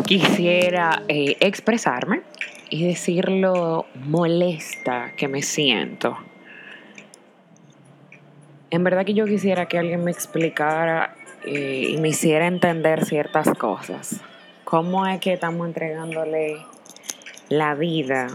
Quisiera expresarme y decir lo molesta que me siento. En verdad que yo quisiera que alguien me explicara y me hiciera entender ciertas cosas. ¿Cómo es que estamos entregándole la vida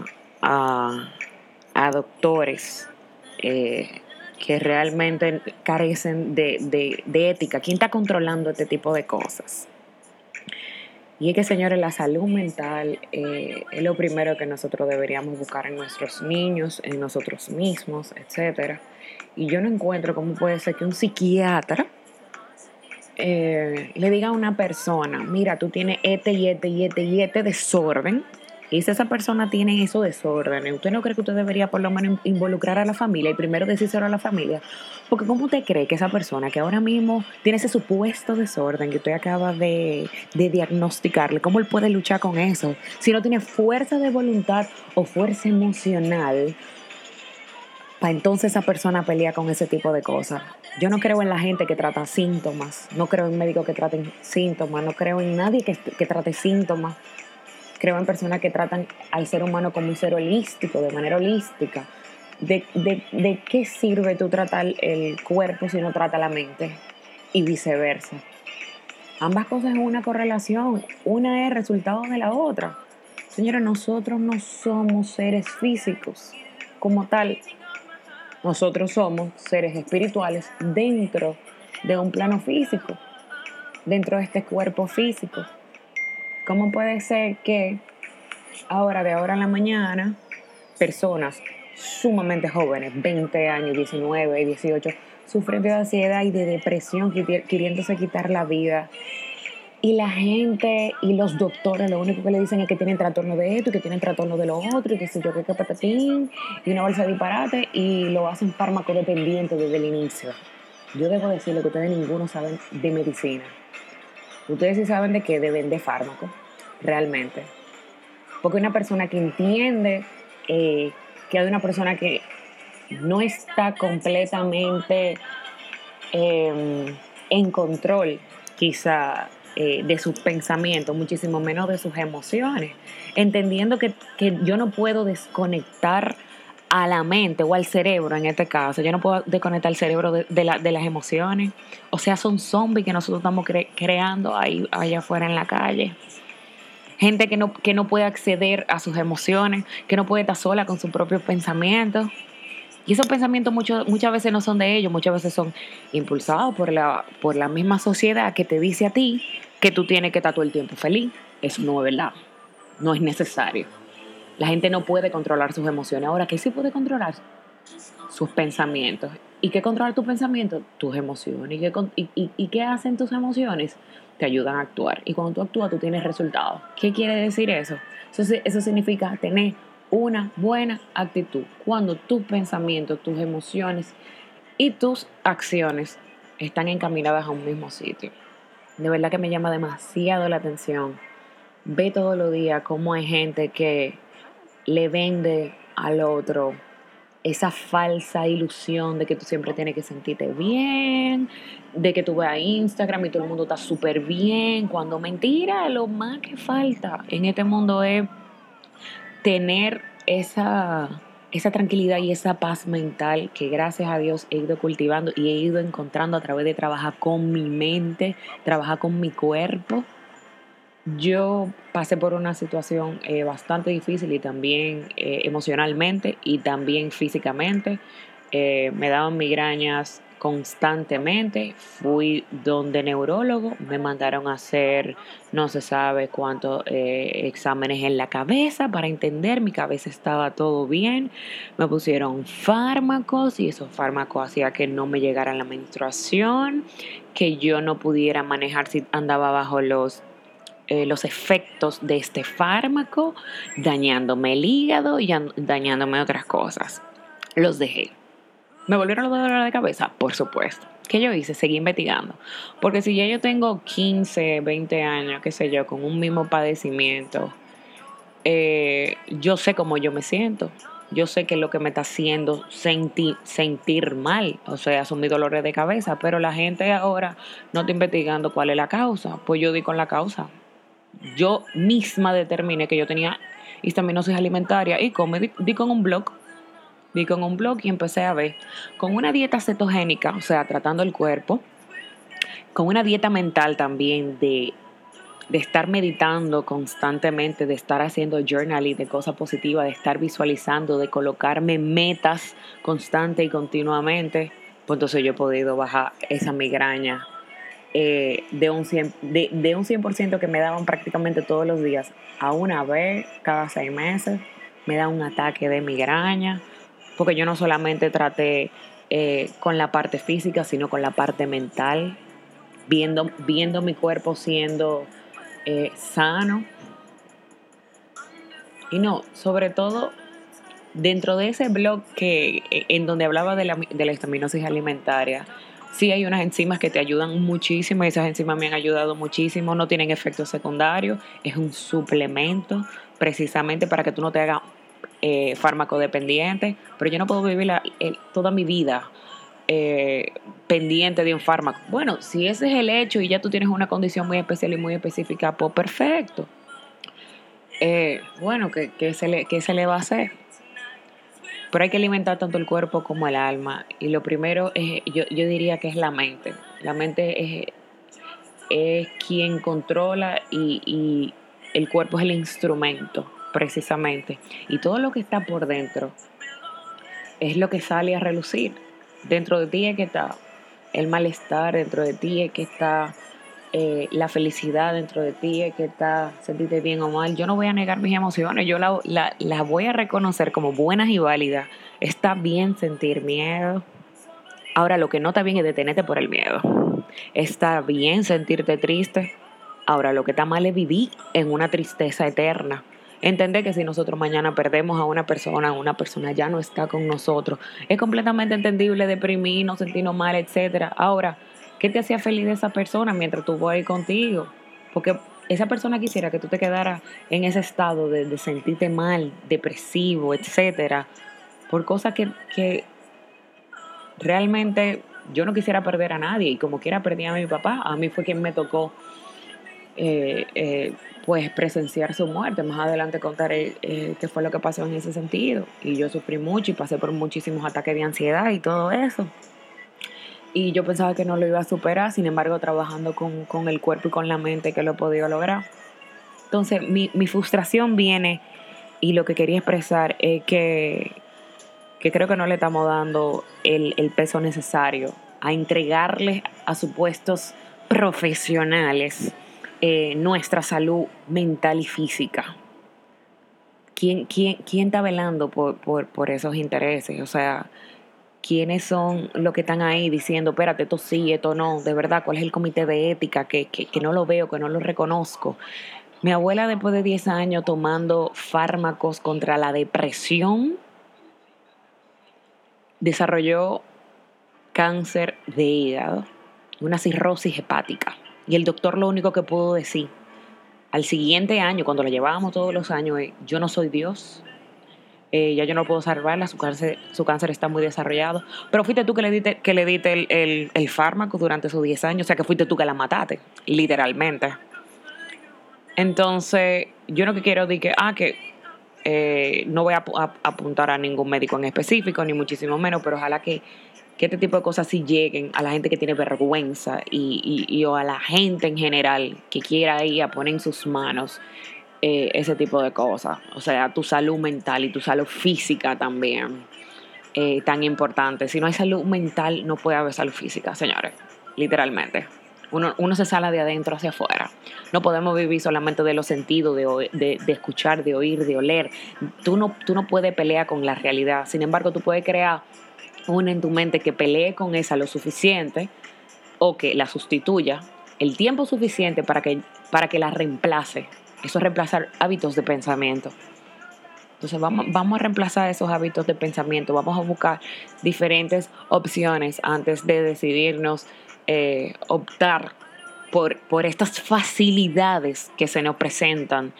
a doctores que realmente carecen de ética? ¿Quién está controlando este tipo de cosas? Y es que, señores, la salud mental es lo primero que nosotros deberíamos buscar en nuestros niños, en nosotros mismos, etcétera. Y yo no encuentro cómo puede ser que un psiquiatra le diga a una persona: mira, tú tienes este desorden. Y si esa persona tiene esos desórdenes, ¿usted no cree que usted debería por lo menos involucrar a la familia y primero decírselo a la familia? Porque ¿cómo usted cree que esa persona que ahora mismo tiene ese supuesto desorden que usted acaba de diagnosticarle, cómo él puede luchar con eso si no tiene fuerza de voluntad o fuerza emocional para entonces esa persona pelea con ese tipo de cosas? Yo no creo en la gente que trata síntomas, no creo en médicos que traten síntomas, no creo en nadie que trate síntomas. Creo en personas que tratan al ser humano como un ser holístico, de manera holística. ¿De qué sirve tú tratar el cuerpo si no trata la mente? Y viceversa. Ambas cosas son una correlación. Una es resultado de la otra. Señores, nosotros no somos seres físicos como tal. Nosotros somos seres espirituales dentro de un plano físico, dentro de este cuerpo físico. ¿Cómo puede ser que ahora, de ahora en la mañana, personas sumamente jóvenes, 20 años, 19, 18, sufren de ansiedad y de depresión, queriéndose quitar la vida? Y la gente y los doctores lo único que le dicen es que tienen trastorno de esto y que tienen trastorno de lo otro y que sé yo qué patatín y una bolsa de disparate, y lo hacen farmacodependiente desde el inicio. Yo debo decirle que ustedes ninguno saben de medicina. Ustedes sí saben de qué, de vender fármacos, realmente. Porque una persona que entiende que hay una persona que no está completamente en control, quizá, de sus pensamientos, muchísimo menos de sus emociones, entendiendo que yo no puedo desconectar a la mente o al cerebro, en este caso, yo no puedo desconectar el cerebro de las emociones. O sea, son zombies que nosotros estamos creando ahí allá afuera en la calle. Gente que no puede acceder a sus emociones, que no puede estar sola con sus propios pensamientos. Y esos pensamientos muchas veces no son de ellos, muchas veces son impulsados por la misma sociedad que te dice a ti que tú tienes que estar todo el tiempo feliz. Eso no es verdad, no es necesario. La gente no puede controlar sus emociones. Ahora, ¿qué sí puede controlar? Sus pensamientos. ¿Y qué controla tus pensamientos? Tus emociones. ¿Y qué hacen tus emociones? Te ayudan a actuar. Y cuando tú actúas, tú tienes resultados. ¿Qué quiere decir eso? Eso significa tener una buena actitud. Cuando tus pensamientos, tus emociones y tus acciones están encaminadas a un mismo sitio. De verdad que me llama demasiado la atención. Ve todos los días cómo hay gente que le vende al otro esa falsa ilusión de que tú siempre tienes que sentirte bien, de que tú vas a Instagram y todo el mundo está súper bien, cuando mentira, lo más que falta en este mundo es tener esa tranquilidad y esa paz mental que, gracias a Dios, he ido cultivando y he ido encontrando a través de trabajar con mi mente, trabajar con mi cuerpo. Yo pasé por una situación bastante difícil y también emocionalmente y también físicamente. Me daban migrañas constantemente. Fui donde neurólogo, me mandaron a hacer no se sabe cuántos exámenes en la cabeza para entender, mi cabeza estaba todo bien. Me pusieron fármacos y esos fármacos hacían que no me llegara la menstruación, que yo no pudiera manejar si andaba bajo los efectos de este fármaco, dañándome el hígado y dañándome otras cosas. Los dejé. ¿Me volvieron los dolores de cabeza? Por supuesto. ¿Qué yo hice? Seguí investigando. Porque si ya yo tengo 15, 20 años, qué sé yo, con un mismo padecimiento, yo sé cómo yo me siento. Yo sé que es lo que me está haciendo sentir mal. O sea, son mis dolores de cabeza. Pero la gente ahora no está investigando cuál es la causa. Pues yo di con la causa. yo misma determiné que yo tenía histaminosis alimentaria y di con un blog y empecé a ver con una dieta cetogénica, o sea, tratando el cuerpo, con una dieta mental también de estar meditando constantemente, de estar haciendo journaling de cosas positivas, de estar visualizando, de colocarme metas constante y continuamente, pues entonces yo he podido bajar esa migraña de un 100% que me daban prácticamente todos los días a una vez cada 6 meses. Me da un ataque de migraña, porque yo no solamente traté con la parte física, sino con la parte mental, viendo mi cuerpo siendo sano. Y no, sobre todo dentro de ese blog en donde hablaba de la histaminosis alimentaria, sí hay unas enzimas que te ayudan muchísimo y esas enzimas me han ayudado muchísimo, no tienen efectos secundarios, es un suplemento precisamente para que tú no te hagas fármaco dependiente, pero yo no puedo vivir toda mi vida pendiente de un fármaco. Bueno, si ese es el hecho y ya tú tienes una condición muy especial y muy específica, pues perfecto. Bueno, ¿qué se le va a hacer? Pero hay que alimentar tanto el cuerpo como el alma. Y lo primero yo diría que es la mente. La mente es quien controla y el cuerpo es el instrumento, precisamente. Y todo lo que está por dentro es lo que sale a relucir. Dentro de ti es que está el malestar, dentro de ti es que está la felicidad, dentro de ti es que está sentirte bien o mal. Yo no voy a negar mis emociones, yo las voy a reconocer como buenas y válidas. Está bien sentir miedo. Ahora, lo que no está bien es detenerte por el miedo. Está bien sentirte triste. Ahora, lo que está mal es vivir en una tristeza eterna. Entender que si nosotros mañana perdemos a una persona ya no está con nosotros. Es completamente entendible deprimirnos, sentirnos mal, etcétera. Ahora, ¿qué te hacía feliz de esa persona mientras tú vas ahí contigo? Porque esa persona quisiera que tú te quedaras en ese estado de sentirte mal, depresivo, etcétera, por cosas que realmente yo no quisiera perder a nadie y como quiera perdí a mi papá. A mí fue quien me tocó pues presenciar su muerte. Más adelante contaré qué fue lo que pasó en ese sentido. Y yo sufrí mucho y pasé por muchísimos ataques de ansiedad y todo eso. Y yo pensaba que no lo iba a superar, sin embargo trabajando con el cuerpo y con la mente que lo he podido lograr. Entonces mi frustración viene y lo que quería expresar es que creo que no le estamos dando el peso necesario a entregarle a supuestos profesionales nuestra salud mental y física. ¿Quién está velando por esos intereses? O sea, ¿quiénes son los que están ahí diciendo, espérate, esto sí, esto no? De verdad, ¿cuál es el comité de ética que no lo veo, que no lo reconozco? Mi abuela, después de 10 años tomando fármacos contra la depresión, desarrolló cáncer de hígado, una cirrosis hepática. Y el doctor lo único que pudo decir al siguiente año, cuando la llevábamos todos los años, es, yo no soy Dios, ya yo no puedo salvarla, su cáncer está muy desarrollado. Pero fuiste tú que le diste el fármaco durante esos 10 años, o sea que fuiste tú que la mataste, literalmente. Entonces, yo no que quiero decir que no voy a apuntar a ningún médico en específico, ni muchísimo menos, pero ojalá que este tipo de cosas sí lleguen a la gente que tiene vergüenza y o a la gente en general que quiera ir a poner en sus manos ese tipo de cosas. O sea, tu salud mental y tu salud física también tan importante. Si no hay salud mental, no puede haber salud física, señores, literalmente. Uno se sale de adentro hacia afuera. No podemos vivir solamente de los sentidos, de escuchar, de oír, de oler. Tú no puedes pelear con la realidad. Sin embargo, tú puedes crear una en tu mente que pelee con esa lo suficiente o que la sustituya el tiempo suficiente para que la reemplace. Eso es reemplazar hábitos de pensamiento. Entonces vamos a reemplazar esos hábitos de pensamiento, vamos a buscar diferentes opciones antes de decidirnos optar por estas facilidades que se nos presentan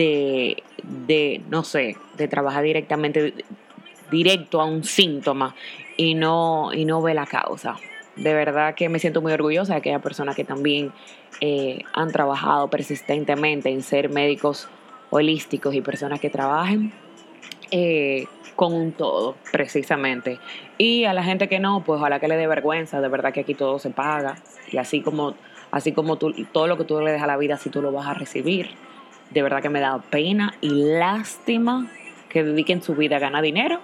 no sé, de trabajar directo a un síntoma y no ve la causa. de verdad que me siento muy orgullosa de aquellas personas que también han trabajado persistentemente en ser médicos holísticos y personas que trabajen con un todo, precisamente. Y a la gente que no, pues ojalá que le dé vergüenza, de verdad que aquí todo se paga. Y así como tú, todo lo que tú le des a la vida, así tú lo vas a recibir. De verdad que me da pena y lástima que dediquen su vida a ganar dinero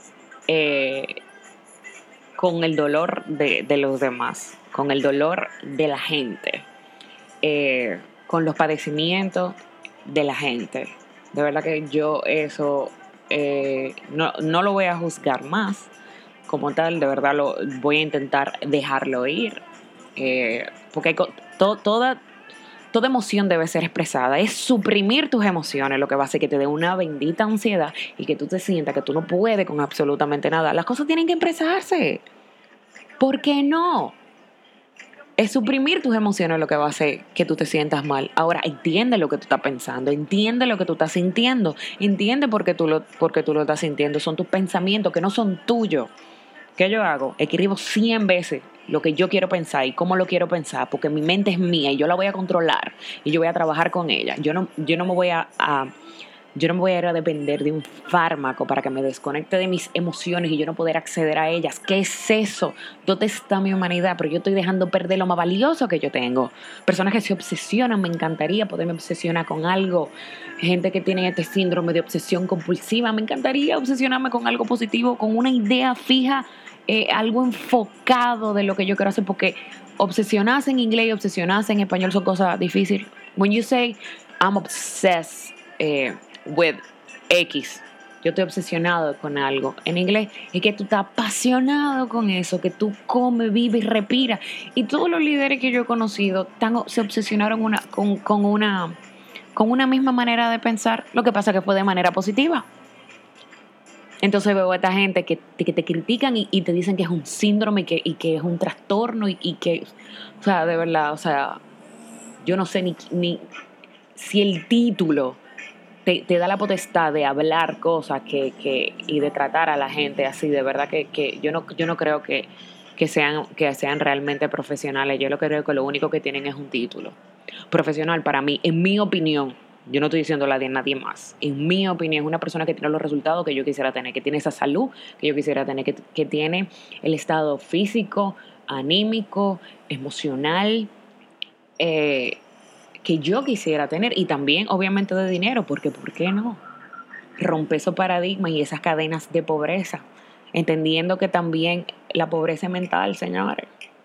eh, con el dolor de los demás, con el dolor de la gente, con los padecimientos de la gente. De verdad que yo eso no lo voy a juzgar más como tal, de verdad lo voy a intentar dejarlo ir, porque toda emoción debe ser expresada. Es suprimir tus emociones lo que va a hacer que te dé una bendita ansiedad y que tú te sientas que tú no puedes con absolutamente nada. Las cosas tienen que expresarse. ¿Por qué no? Es suprimir tus emociones lo que va a hacer que tú te sientas mal. Ahora, entiende lo que tú estás pensando, entiende lo que tú estás sintiendo, entiende por qué tú lo estás sintiendo. Son tus pensamientos que no son tuyos. ¿Qué yo hago? Escribo 100 veces lo que yo quiero pensar y cómo lo quiero pensar, porque mi mente es mía y yo la voy a controlar y yo voy a trabajar con ella. Yo no me voy yo no me voy a ir a depender de un fármaco para que me desconecte de mis emociones y yo no poder acceder a ellas. ¿Qué es eso? ¿Dónde está mi humanidad? Pero yo estoy dejando perder lo más valioso que yo tengo. Personas que se obsesionan, me encantaría poderme obsesionar con algo. Gente que tiene este síndrome de obsesión compulsiva, me encantaría obsesionarme con algo positivo, con una idea fija, algo enfocado de lo que yo quiero hacer, porque obsesionarse en inglés y obsesionarse en español son cosas difíciles. When you say I'm obsessed, with X. Yo estoy obsesionado con algo. En inglés es que tú estás apasionado con eso, que tú comes, vives, respiras. Y todos los líderes que yo he conocido se obsesionaron con una misma manera de pensar. Lo que pasa es que fue de manera positiva. Entonces veo a esta gente que te critican y te dicen que es un síndrome y que es un trastorno y que, o sea, de verdad, o sea, yo no sé ni si el título te da la potestad de hablar cosas y de tratar a la gente así. De verdad que yo no creo que sean realmente profesionales. Yo lo que creo que lo único que tienen es un título profesional. Para mí, en mi opinión, yo no estoy diciendo la de nadie más, en mi opinión, es una persona que tiene los resultados que yo quisiera tener, que tiene esa salud que yo quisiera tener, que tiene el estado físico, anímico, emocional, eh, que yo quisiera tener, y también obviamente de dinero, porque ¿por qué no? Rompe esos paradigmas y esas cadenas de pobreza, entendiendo que también la pobreza mental, señores,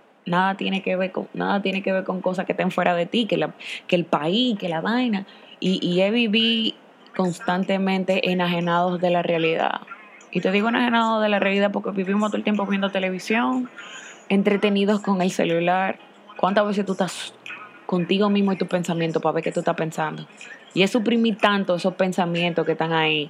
nada tiene que ver con cosas que estén fuera de ti, que el país, que la vaina, y he vivido constantemente enajenados de la realidad. Y te digo enajenados de la realidad porque vivimos todo el tiempo viendo televisión, entretenidos con el celular. ¿Cuántas veces tú estás contigo mismo y tu pensamiento para ver qué tú estás pensando? Y es suprimir tanto esos pensamientos que están ahí,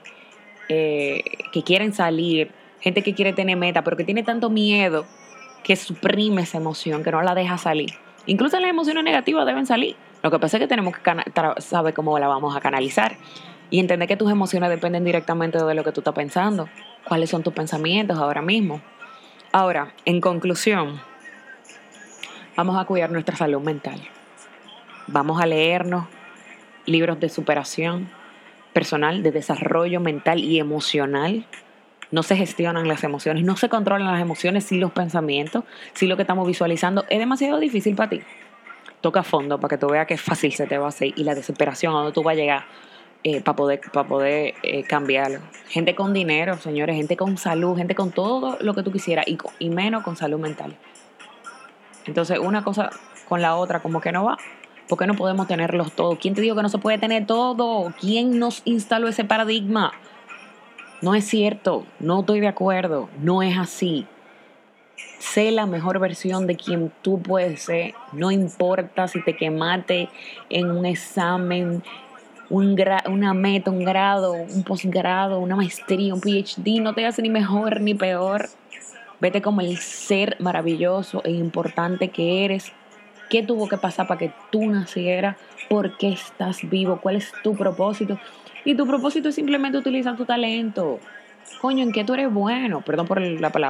que quieren salir, gente que quiere tener meta, pero que tiene tanto miedo que suprime esa emoción, que no la deja salir. Incluso las emociones negativas deben salir. Lo que pasa es que tenemos que saber cómo la vamos a canalizar y entender que tus emociones dependen directamente de lo que tú estás pensando. ¿Cuáles son tus pensamientos ahora mismo? Ahora, en conclusión, vamos a cuidar nuestra salud mental. Vamos a leernos libros de superación personal, de desarrollo mental y emocional. No se gestionan las emociones, no se controlan las emociones sin los pensamientos, si lo que estamos visualizando es demasiado difícil para ti. Toca a fondo para que tú veas que fácil se te va a hacer y la desesperación a donde tú vas a llegar para poder cambiarlo. Gente con dinero, señores, gente con salud, gente con todo lo que tú quisieras y menos con salud mental. Entonces, una cosa con la otra como que no va. ¿Por qué no podemos tenerlos todos? ¿Quién te dijo que no se puede tener todo? ¿Quién nos instaló ese paradigma? No es cierto, no estoy de acuerdo, no es así. Sé la mejor versión de quien tú puedes ser. No importa si te quemaste en un examen, una meta, un grado, un posgrado, una maestría, un PhD. No te hace ni mejor ni peor. Vete como el ser maravilloso e importante que eres. ¿Qué tuvo que pasar para que tú nacieras? ¿Por qué estás vivo? ¿Cuál es tu propósito? Y tu propósito es simplemente utilizar tu talento. Coño, ¿en qué tú eres bueno? Perdón por la palabra.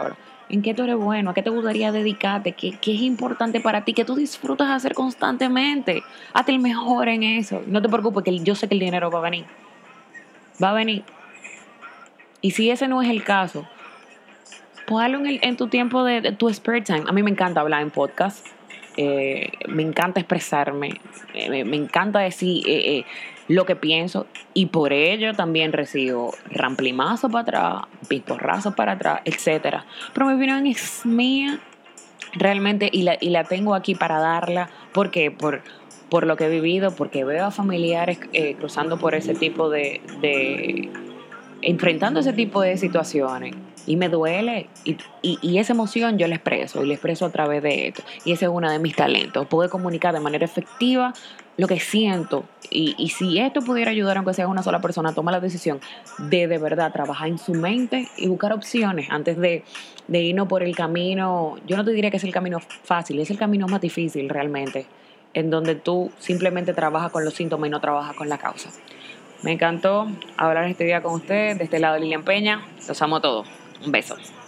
¿En qué tú eres bueno? ¿A qué te gustaría dedicarte? ¿Qué es importante para ti? ¿Qué tú disfrutas hacer constantemente? Hazte el mejor en eso. No te preocupes, que yo sé que el dinero va a venir. Va a venir. Y si ese no es el caso, pues hazlo en tu tiempo de tu spare time. A mí me encanta hablar en podcast. Me encanta expresarme. Me encanta decir lo que pienso. Y por ello también recibo ramplimazos para atrás, pisporrazos para atrás, etcétera. Pero mi opinión es mía realmente, y la tengo aquí para darla. ¿Por qué? Por lo que he vivido, porque veo a familiares cruzando por ese tipo enfrentando ese tipo de situaciones, y me duele, y esa emoción yo la expreso a través de esto, y ese es uno de mis talentos, poder comunicar de manera efectiva lo que siento, y si esto pudiera ayudar, aunque sea una sola persona, a tomar la decisión de verdad trabajar en su mente y buscar opciones antes de irnos por el camino. Yo no te diría que es el camino fácil, es el camino más difícil realmente, en donde tú simplemente trabajas con los síntomas y no trabajas con la causa. Me encantó hablar este día con ustedes. De este lado, Lilian Peña. Los amo todos. Un beso.